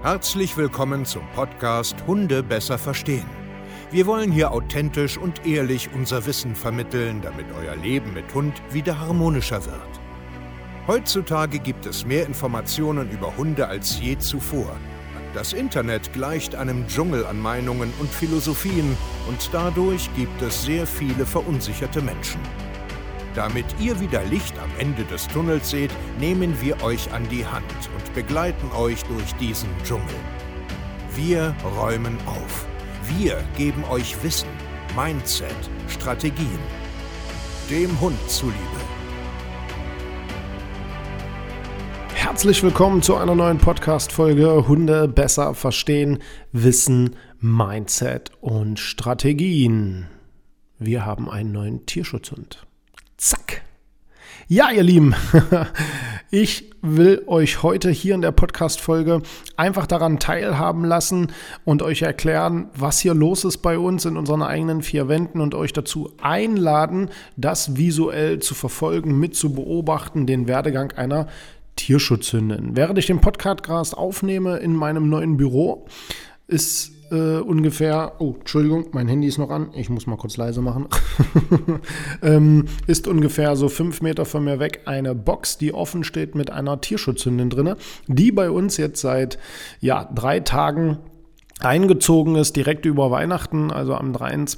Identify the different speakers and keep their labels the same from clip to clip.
Speaker 1: Herzlich willkommen zum Podcast Hunde besser verstehen. Wir wollen hier authentisch und ehrlich unser Wissen vermitteln, damit euer Leben mit Hund wieder harmonischer wird. Heutzutage gibt es mehr Informationen über Hunde als je zuvor. Das Internet gleicht einem Dschungel an Meinungen und Philosophien und dadurch gibt es sehr viele verunsicherte Menschen. Damit ihr wieder Licht am Ende des Tunnels seht, nehmen wir euch an die Hand und begleiten euch durch diesen Dschungel. Wir räumen auf. Wir geben euch Wissen, Mindset, Strategien. Dem Hund zuliebe.
Speaker 2: Herzlich willkommen zu einer neuen Podcast-Folge Hunde besser verstehen, Wissen, Mindset und Strategien. Wir haben einen neuen Tierschutzhund. Zack. Ja, ihr Lieben, ich will euch heute hier in der Podcast-Folge einfach daran teilhaben lassen und euch erklären, was hier los ist bei uns in unseren eigenen vier Wänden und euch dazu einladen, das visuell zu verfolgen, mit zu beobachten, den Werdegang einer Tierschutzhündin. Während ich den Podcast aufnehme in meinem neuen Büro, ist ungefähr, Entschuldigung, mein Handy ist noch an, ich muss mal kurz leise machen, ist ungefähr so 5 Meter von mir weg eine Box, die offen steht mit einer Tierschutzhündin drin, die bei uns jetzt seit 3 Tagen eingezogen ist, direkt über Weihnachten, also am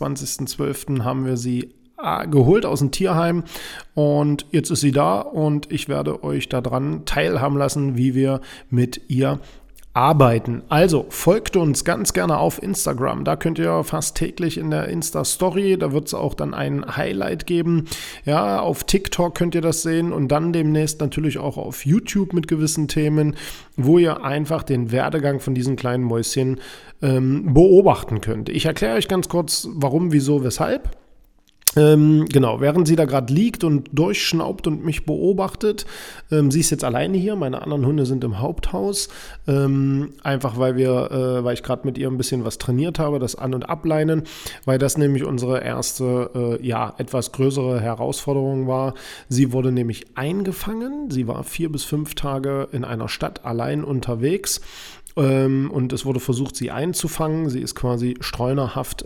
Speaker 2: 23.12. haben wir sie geholt aus dem Tierheim und jetzt ist sie da und ich werde euch daran teilhaben lassen, wie wir mit ihr arbeiten. Also folgt uns ganz gerne auf Instagram. Da könnt ihr fast täglich in der Insta-Story, da wird es auch dann ein Highlight geben. Ja, auf TikTok könnt ihr das sehen und dann demnächst natürlich auch auf YouTube mit gewissen Themen, wo ihr einfach den Werdegang von diesen kleinen Mäuschen beobachten könnt. Ich erkläre euch ganz kurz, warum, wieso, weshalb. Während sie da gerade liegt und durchschnaubt und mich beobachtet, sie ist jetzt alleine hier, meine anderen Hunde sind im Haupthaus, einfach weil ich gerade mit ihr ein bisschen was trainiert habe, das An- und Ableinen, weil das nämlich unsere erste, etwas größere Herausforderung war. Sie wurde nämlich eingefangen, sie war 4 bis 5 Tage in einer Stadt allein unterwegs. Und es wurde versucht, sie einzufangen. Sie ist quasi streunerhaft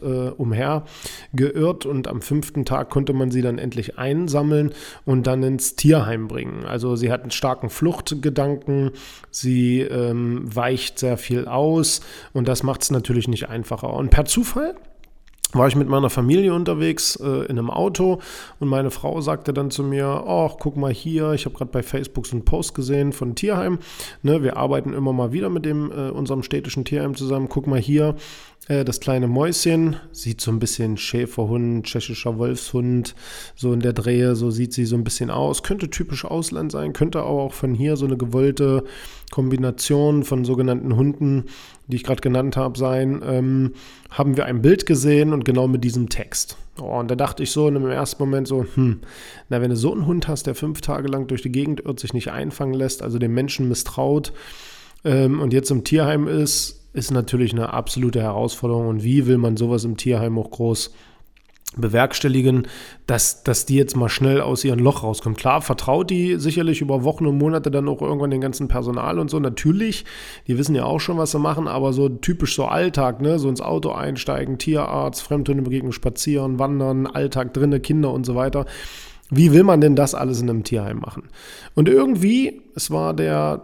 Speaker 2: umhergeirrt und am 5. Tag konnte man sie dann endlich einsammeln und dann ins Tierheim bringen. Also sie hat einen starken Fluchtgedanken, sie weicht sehr viel aus und das macht es natürlich nicht einfacher. Und per Zufall war ich mit meiner Familie unterwegs in einem Auto und meine Frau sagte dann zu mir, guck mal hier, ich habe gerade bei Facebook so einen Post gesehen von Tierheim, wir arbeiten immer mal wieder mit unserem städtischen Tierheim zusammen, guck mal hier, das kleine Mäuschen, sieht so ein bisschen Schäferhund, tschechischer Wolfshund, so in der Drehe, so sieht sie so ein bisschen aus, könnte typisch Ausland sein, könnte aber auch von hier so eine gewollte Kombination von sogenannten Hunden, die ich gerade genannt habe, sein, haben wir ein Bild gesehen und genau mit diesem Text. Und da dachte ich so in einem ersten Moment so, wenn du so einen Hund hast, der 5 Tage lang durch die Gegend irrt, sich nicht einfangen lässt, also dem Menschen misstraut und jetzt im Tierheim ist natürlich eine absolute Herausforderung. Und wie will man sowas im Tierheim auch groß bewerkstelligen, dass die jetzt mal schnell aus ihrem Loch rauskommt. Klar, vertraut die sicherlich über Wochen und Monate dann auch irgendwann den ganzen Personal und so. Natürlich, die wissen ja auch schon, was sie machen, aber so typisch so Alltag, so ins Auto einsteigen, Tierarzt, Fremdhundebegegnung, spazieren, wandern, Alltag drinne, Kinder und so weiter. Wie will man denn das alles in einem Tierheim machen? Und irgendwie, es war der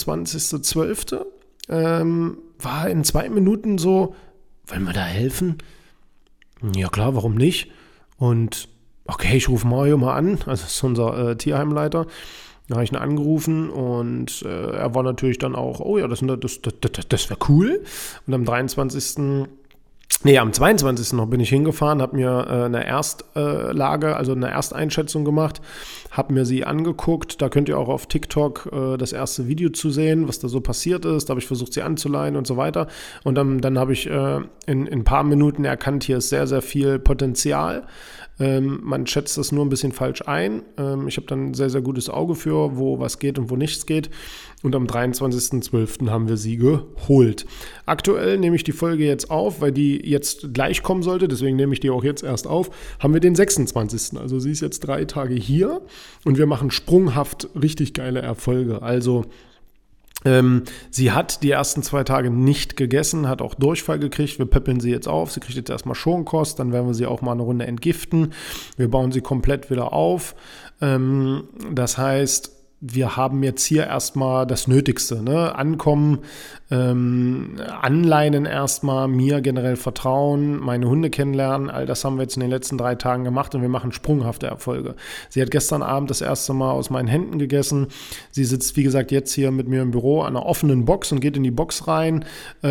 Speaker 2: 22.12., war in 2 Minuten so, wollen wir da helfen? Ja klar, warum nicht? Und okay, ich rufe Mario mal an, also das ist unser Tierheimleiter. Da habe ich ihn angerufen und er war natürlich dann auch, das wäre cool. Und am 22. noch bin ich hingefahren, habe mir eine Erstlage, also eine Ersteinschätzung gemacht, habe mir sie angeguckt. Da könnt ihr auch auf TikTok das erste Video zu sehen, was da so passiert ist. Da habe ich versucht, sie anzuleihen und so weiter. Und dann habe ich in ein paar Minuten erkannt, hier ist sehr, sehr viel Potenzial. Man schätzt das nur ein bisschen falsch ein. Ich habe dann ein sehr, sehr gutes Auge für, wo was geht und wo nichts geht. Und am 23.12. haben wir sie geholt. Aktuell nehme ich die Folge jetzt auf, weil die jetzt gleich kommen sollte. Deswegen nehme ich die auch jetzt erst auf. Haben wir den 26. Also sie ist jetzt 3 Tage hier und wir machen sprunghaft richtig geile Erfolge. Also Sie hat die ersten 2 Tage nicht gegessen, hat auch Durchfall gekriegt. Wir peppeln sie jetzt auf. Sie kriegt jetzt erstmal Schonkost, dann werden wir sie auch mal eine Runde entgiften. Wir bauen sie komplett wieder auf. Das heißt, wir haben jetzt hier erstmal das Nötigste, ne? Ankommen, anleinen erstmal, mir generell vertrauen, meine Hunde kennenlernen, all das haben wir jetzt in den letzten 3 Tagen gemacht und wir machen sprunghafte Erfolge. Sie hat gestern Abend das erste Mal aus meinen Händen gegessen. Sie sitzt, wie gesagt, jetzt hier mit mir im Büro an einer offenen Box und geht in die Box rein.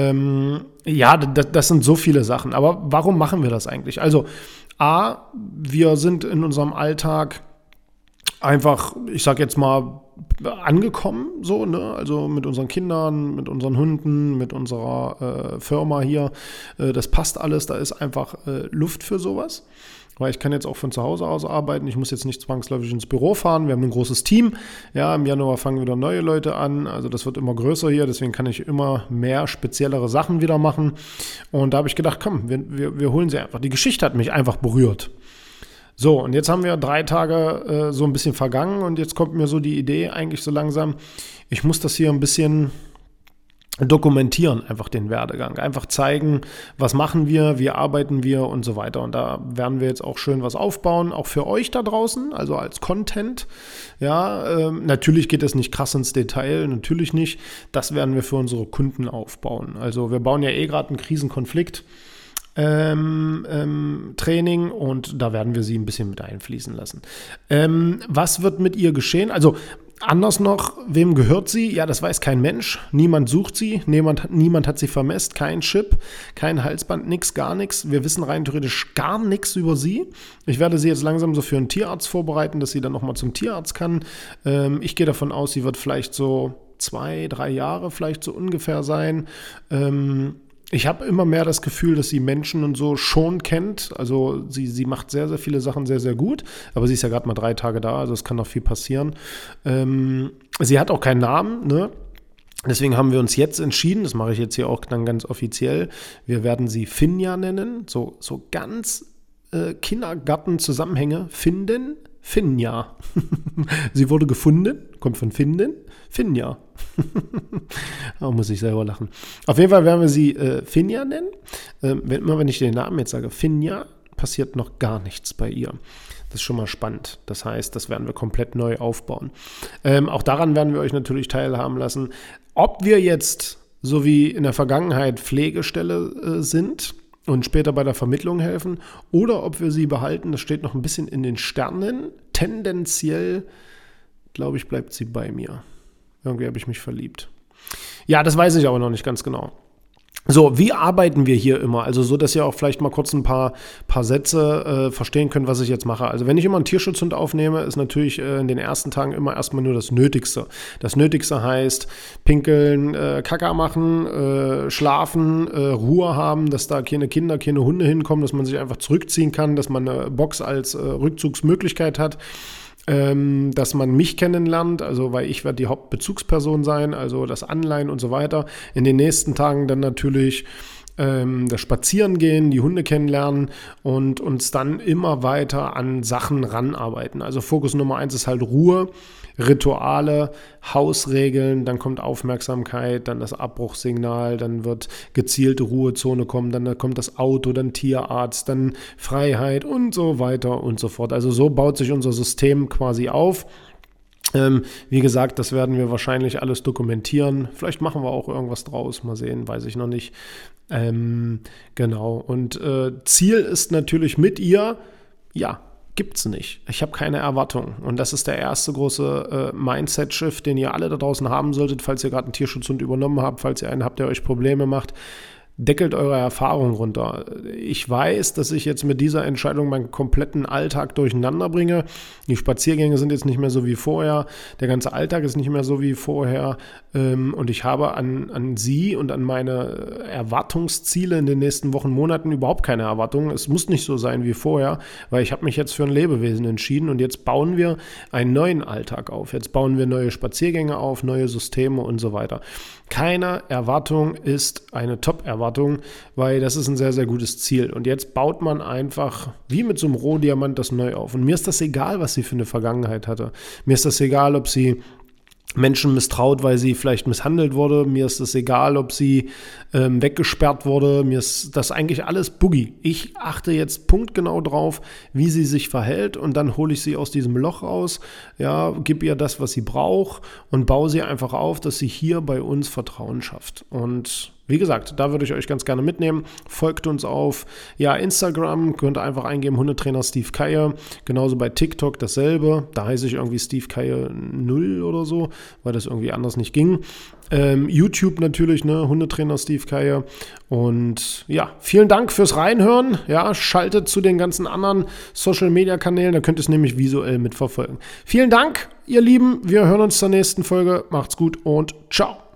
Speaker 2: Das sind so viele Sachen. Aber warum machen wir das eigentlich? Also, wir sind in unserem Alltag einfach, ich sag jetzt mal, angekommen, so, ne? Also mit unseren Kindern, mit unseren Hunden, mit unserer Firma hier. Das passt alles, da ist einfach Luft für sowas. Weil ich kann jetzt auch von zu Hause aus arbeiten. Ich muss jetzt nicht zwangsläufig ins Büro fahren. Wir haben ein großes Team. Ja, im Januar fangen wieder neue Leute an. Also das wird immer größer hier. Deswegen kann ich immer mehr speziellere Sachen wieder machen. Und da habe ich gedacht, komm, wir holen sie einfach. Die Geschichte hat mich einfach berührt. So, und jetzt haben wir 3 Tage so ein bisschen vergangen und jetzt kommt mir so die Idee eigentlich so langsam, ich muss das hier ein bisschen dokumentieren, einfach den Werdegang. Einfach zeigen, was machen wir, wie arbeiten wir und so weiter. Und da werden wir jetzt auch schön was aufbauen, auch für euch da draußen, also als Content. Ja, natürlich geht es nicht krass ins Detail, natürlich nicht. Das werden wir für unsere Kunden aufbauen. Also wir bauen ja gerade einen Krisenkonflikt. Training und da werden wir sie ein bisschen mit einfließen lassen. Was wird mit ihr geschehen? Also anders noch, wem gehört sie? Ja, das weiß kein Mensch. Niemand sucht sie. Niemand hat sie vermisst. Kein Chip, kein Halsband, nix, gar nichts. Wir wissen rein theoretisch gar nichts über sie. Ich werde sie jetzt langsam so für einen Tierarzt vorbereiten, dass sie dann nochmal zum Tierarzt kann. Ich gehe davon aus, sie wird vielleicht so 2-3 Jahre vielleicht so ungefähr sein. Ich habe immer mehr das Gefühl, dass sie Menschen und so schon kennt. Also sie macht sehr, sehr viele Sachen sehr, sehr gut. Aber sie ist ja gerade mal 3 Tage da, also es kann noch viel passieren. Sie hat auch keinen Namen, ne? Deswegen haben wir uns jetzt entschieden, das mache ich jetzt hier auch dann ganz offiziell, wir werden sie Finja nennen. So ganz Kindergartenzusammenhänge finden. Finja. Sie wurde gefunden, kommt von finden. Finja. Muss ich selber lachen. Auf jeden Fall werden wir sie Finja nennen. Wenn ich den Namen jetzt sage, Finja, passiert noch gar nichts bei ihr. Das ist schon mal spannend. Das heißt, das werden wir komplett neu aufbauen. Auch daran werden wir euch natürlich teilhaben lassen. Ob wir jetzt, so wie in der Vergangenheit, Pflegestelle sind und später bei der Vermittlung helfen oder ob wir sie behalten, das steht noch ein bisschen in den Sternen. Tendenziell, glaube ich, bleibt sie bei mir. Irgendwie habe ich mich verliebt. Ja, das weiß ich aber noch nicht ganz genau. So, wie arbeiten wir hier immer? Also so, dass ihr auch vielleicht mal kurz ein paar Sätze verstehen könnt, was ich jetzt mache. Also wenn ich immer einen Tierschutzhund aufnehme, ist natürlich in den ersten Tagen immer erstmal nur das Nötigste. Das Nötigste heißt pinkeln, Kaka machen, schlafen, Ruhe haben, dass da keine Kinder, keine Hunde hinkommen, dass man sich einfach zurückziehen kann, dass man eine Box als Rückzugsmöglichkeit hat. Dass man mich kennenlernt, also weil ich werde die Hauptbezugsperson sein, also das Anleihen und so weiter. In den nächsten Tagen dann natürlich das Spazierengehen, die Hunde kennenlernen und uns dann immer weiter an Sachen ranarbeiten. Also Fokus Nummer 1 ist halt Ruhe, Rituale, Hausregeln, dann kommt Aufmerksamkeit, dann das Abbruchssignal, dann wird gezielte Ruhezone kommen, dann kommt das Auto, dann Tierarzt, dann Freiheit und so weiter und so fort. Also so baut sich unser System quasi auf. Wie gesagt, das werden wir wahrscheinlich alles dokumentieren. Vielleicht machen wir auch irgendwas draus, mal sehen, weiß ich noch nicht. Genau, und Ziel ist natürlich mit ihr, ja, gibt's nicht. Ich habe keine Erwartung. Und das ist der erste große Mindset-Shift, den ihr alle da draußen haben solltet, falls ihr gerade einen Tierschutzhund übernommen habt, falls ihr einen habt, der euch Probleme macht. Deckelt eure Erfahrung runter. Ich weiß, dass ich jetzt mit dieser Entscheidung meinen kompletten Alltag durcheinander bringe. Die Spaziergänge sind jetzt nicht mehr so wie vorher. Der ganze Alltag ist nicht mehr so wie vorher. Und ich habe an Sie und an meine Erwartungsziele in den nächsten Wochen, Monaten überhaupt keine Erwartungen. Es muss nicht so sein wie vorher, weil ich habe mich jetzt für ein Lebewesen entschieden und jetzt bauen wir einen neuen Alltag auf. Jetzt bauen wir neue Spaziergänge auf, neue Systeme und so weiter. Keine Erwartung ist eine Top-Erwartung, weil das ist ein sehr, sehr gutes Ziel. Und jetzt baut man einfach wie mit so einem Rohdiamant das neu auf. Und mir ist das egal, was sie für eine Vergangenheit hatte. Mir ist das egal, ob sie Menschen misstraut, weil sie vielleicht misshandelt wurde. Mir ist es egal, ob sie weggesperrt wurde. Mir ist das eigentlich alles Boogie. Ich achte jetzt punktgenau drauf, wie sie sich verhält und dann hole ich sie aus diesem Loch raus, ja, gebe ihr das, was sie braucht und baue sie einfach auf, dass sie hier bei uns Vertrauen schafft. Und wie gesagt, da würde ich euch ganz gerne mitnehmen. Folgt uns auf Instagram, könnt ihr einfach eingeben, Hundetrainer Steve Keier. Genauso bei TikTok dasselbe. Da heiße ich irgendwie Steve Keier 0 oder so, weil das irgendwie anders nicht ging. YouTube natürlich, Hundetrainer Steve Keier. Und ja, vielen Dank fürs Reinhören. Ja, schaltet zu den ganzen anderen Social-Media-Kanälen, da könnt ihr es nämlich visuell mitverfolgen. Vielen Dank, ihr Lieben. Wir hören uns zur nächsten Folge. Macht's gut und ciao.